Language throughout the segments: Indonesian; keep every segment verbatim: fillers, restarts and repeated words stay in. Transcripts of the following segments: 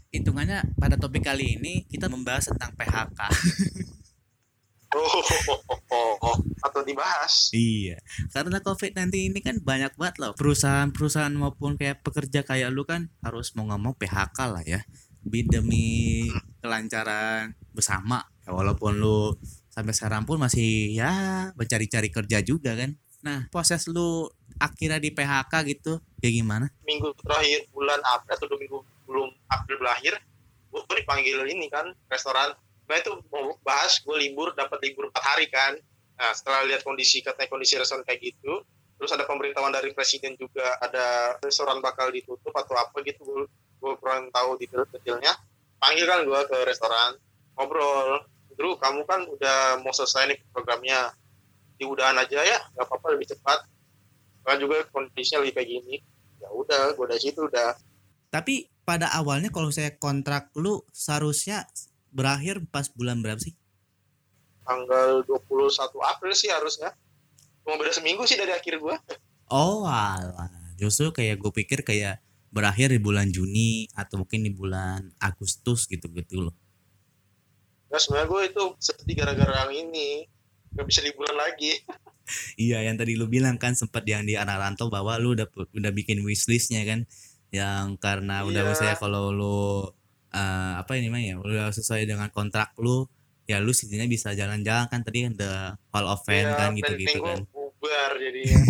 hitungannya pada topik kali ini kita membahas tentang P H K. Oh, oh, oh, oh, oh. Atau dibahas. Iya, karena covid sembilan belas ini kan banyak banget loh perusahaan-perusahaan maupun kayak pekerja kayak lu kan harus mau nggak mau P H K lah ya, demi kelancaran bersama. Ya, walaupun lu sampai sekarang pun masih ya mencari-cari kerja juga kan. Nah, proses lu akhirnya di P H K gitu, kayak gimana? Minggu terakhir bulan April atau dua minggu belum April berakhir, gue dipanggil ini kan restoran. Nah itu mau bahas gue libur, dapat libur empat hari kan. Nah setelah lihat kondisi katanya kondisi restoran kayak gitu, terus ada pemberitahuan dari presiden juga ada restoran bakal ditutup atau apa gitu, gue gue kurang tahu detail-detailnya. Panggil kan gue ke restoran, ngobrol. Drew, kamu kan udah mau selesai nih programnya, diudahan aja ya, nggak apa-apa, lebih cepat. Kan juga kondisinya lebih kayak gini. Ya udah, gue dari situ udah. Tapi pada awalnya kalau saya kontrak lu seharusnya berakhir pas bulan berapa sih? Tanggal dua puluh satu April sih harusnya. Cuma beda seminggu sih dari akhir gue. Oh alah, justru kayak gue pikir kayak berakhir di bulan Juni atau mungkin di bulan Agustus gitu-gitu loh. Nah sebenarnya gue itu sedih gara-gara yang ini. Gak bisa liburan lagi. Iya, yang tadi lu bilang kan sempat yang di anak rantau bahwa lu udah udah bikin wishlistnya kan, yang karena udah Iya. misalnya kalau lu uh, apa ini mah ya udah sesuai dengan kontrak lu, ya lu setidaknya bisa jalan-jalan kan tadi kan the Hall of Fame Iya, kan planning gitu-gitu gue kan. bubar jadinya.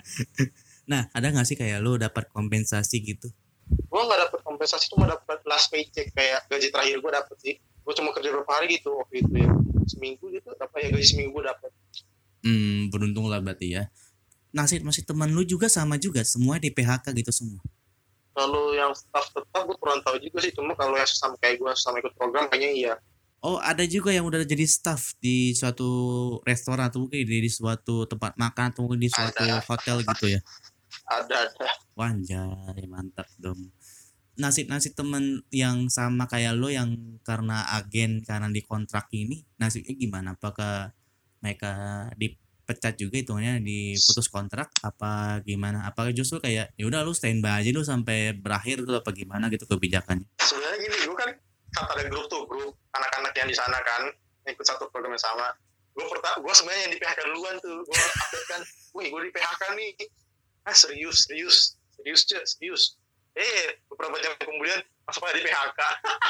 Nah, ada nggak sih kayak lu dapat kompensasi gitu? Gue gak dapet kompensasi, cuma dapet last paycheck. Kayak gaji terakhir gue dapet sih. Gue cuma kerja berapa hari gitu waktu itu ya. Seminggu gitu, apa ya gaji seminggu gue dapet. Hmm, beruntung lah berarti ya. Nasib masih teman lu juga sama juga, semua di P H K gitu semua. Kalau yang staff tetap gue kurang tahu juga sih. Cuma kalau yang sesama kayak gue, sama ikut program kayaknya iya. Oh, ada juga yang udah jadi staff di suatu restoran atau mungkin di, di suatu tempat makan atau mungkin di suatu Ada. hotel gitu ya. Ada, ada. Wanjay, mantap dong. Nasib-nasib temen yang sama kayak lo yang karena agen karena dikontrak ini nasibnya gimana? Apakah mereka dipecat juga hitungannya diputus kontrak apa gimana? Apakah justru kayak ya udah lu standby aja lu sampai berakhir itu apa gimana gitu kebijakannya? Sebenarnya gini, gue kan kan ada grup tuh, grup anak-anak yang di sana kan ikut satu program yang sama. Gue pertama, gue sebenarnya yang di P H K duluan tuh. Gue update kan, wih gue di P H K nih. Ah serius, serius, serius cek, serius. Eh beberapa jam kemudian langsung aja di P H K.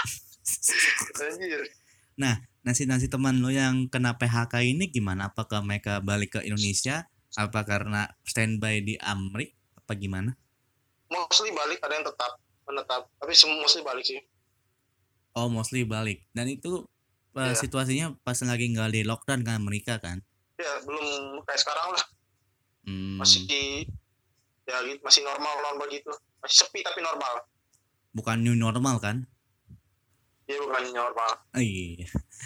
Anjir. Nah, nasi-nasi teman lo yang kena P H K ini gimana? Apakah mereka balik ke Indonesia? Apa karena standby di Amrik? Apa gimana? Mostly balik, ada yang tetap menetap, tapi semua mostly balik sih. Oh, mostly balik. Dan itu uh, Yeah. situasinya pas lagi nggak di lockdown kan Amerika kan? Ya belum kayak sekarang lah. Hmm, Masih ya gitu, masih normal normal gitu. Masih sepi tapi normal. bukan new normal kan? Iya bukan normal. Oh, iya.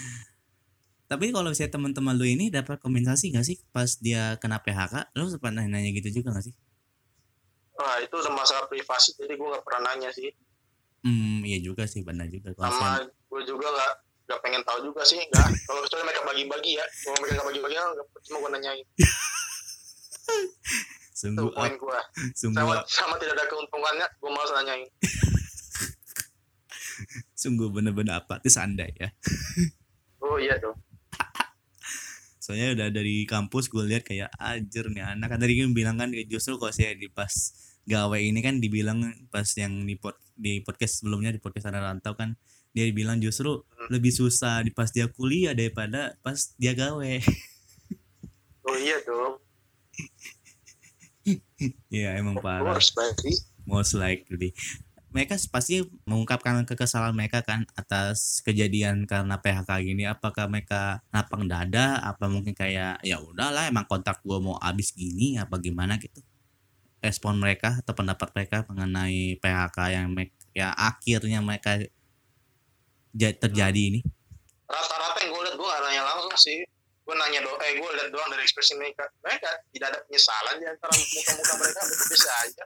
Tapi kalau misalnya teman-teman lu ini dapat kompensasi nggak sih pas dia kena P H K? Lu sempat nanya gitu juga nggak sih? Wah itu udah masalah privasi, jadi gue nggak pernah nanya sih. Hmm, iya juga sih, benar juga. Sama gue juga nggak nggak pengen tahu juga sih, nggak. Kalau kecuali mereka bagi-bagi ya, kalau mereka nggak bagi-bagi nggak cuma gue nanyain. Sungguh itu poin gue. Sungguh sama, sama tidak ada keuntungannya, gue malas nanyain. Sungguh bener-bener apatis Anda ya. Oh iya dong. Soalnya udah dari kampus gue lihat kayak ajar nih anak kan tadi kan bilang kan justru kok saya di pas gawe ini kan dibilang pas yang di pod, di podcast sebelumnya di podcast Anak Rantau kan dia bilang justru hmm. lebih susah di pas dia kuliah daripada pas dia gawe. Oh iya dong. Iya emang parah. Most likely. Most likely. Mereka pasti mengungkapkan kekesalan mereka kan atas kejadian karena P H K gini. Apakah mereka lapang dada? Apa mungkin kayak ya udahlah emang kontrak gue mau habis gini? Apa gimana gitu? Respon mereka atau pendapat mereka mengenai P H K yang ya akhirnya mereka terjadi ini? Rata-rata yang gue lihat, gue gak nanya langsung sih. Gue nanya doang, eh gue lihat doang dari ekspresi mereka. Mereka tidak ada penyesalan di antara muka-muka mereka, biasa aja.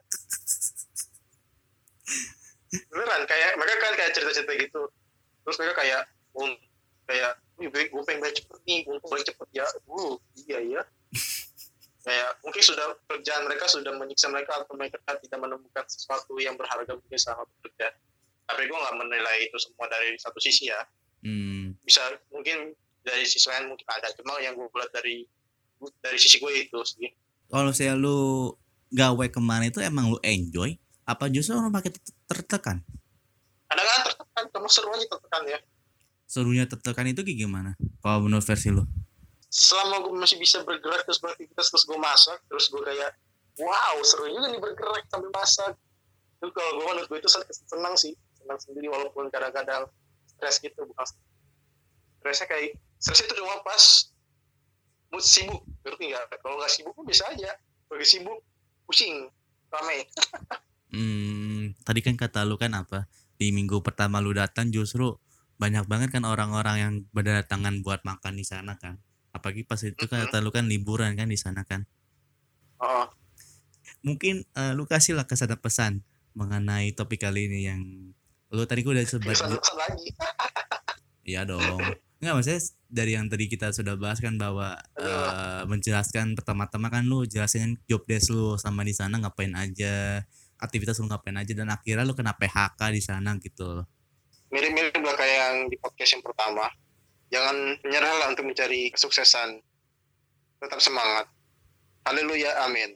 Beneran kayak mereka kan kayak cerita-cerita gitu, terus mereka kayak um, kayak gue pengen balik cepet nih, untung balik cepet ya. Uh iya ya. Kayak mungkin sudah kerjaan mereka sudah menyiksa mereka atau mereka tidak menemukan sesuatu yang berharga mungkin sama bekerja. Tapi tapi gue nggak menilai itu semua dari satu sisi ya. Hmm. Bisa mungkin dari sisi lain mungkin ada, cuma yang gue lihat dari dari sisi gue itu sih. Kalau saya lu gawe kemarin itu emang lu enjoy apa justru lu makin tertekan? Kadang-kadang tertekan, cuma seru aja tertekan ya. Serunya tertekan itu kayak gimana? Kalau menurut versi lu? Selama gue masih bisa bergerak terus beraktivitas terus gue masak, terus gue kayak wow seru juga nih bergerak sambil masak. Itu kalau gue menurut gue itu senang sih, senang sendiri walaupun kadang-kadang stres gitu, bukan stresnya kayak stresnya itu cuma pas mood sibuk, ngerti nggak? Kalau nggak sibuk pun bisa aja, kalau sibuk pusing, ramai. Hmm, tadi kan kata lu kan apa? Di minggu pertama lu datang justru banyak banget kan orang-orang yang berdatangan buat makan di sana kan. Apalagi pas itu kan kata lu kan liburan kan di sana kan. Oh. Mungkin uh, lu kasih lah kesan pesan mengenai topik kali ini yang lu tadi gua udah sebut. Kesan-pesan lagi. Iya dong. Enggak, maksudnya dari yang tadi kita sudah bahas kan bahwa uh, menjelaskan pertama-tama kan lu jelasin job desk lu sama di sana ngapain aja, aktivitas lu ngapain aja, dan akhirnya lu kena P H K di sana gitu. Mirip-mirip lah kayak yang di podcast yang pertama. Jangan menyerah lah untuk mencari kesuksesan. Tetap semangat. Haleluya, amin.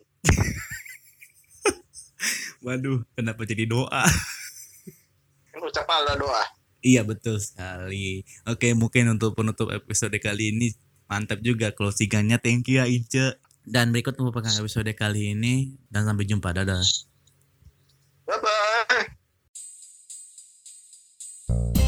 Waduh, kenapa jadi doa? Ucapan lah doa. Iya betul sekali. Oke, mungkin untuk penutup episode kali ini mantap juga closingannya. Thank you ya Ince. Dan berikut merupakan episode kali ini dan sampai jumpa. Dadah. Bye bye.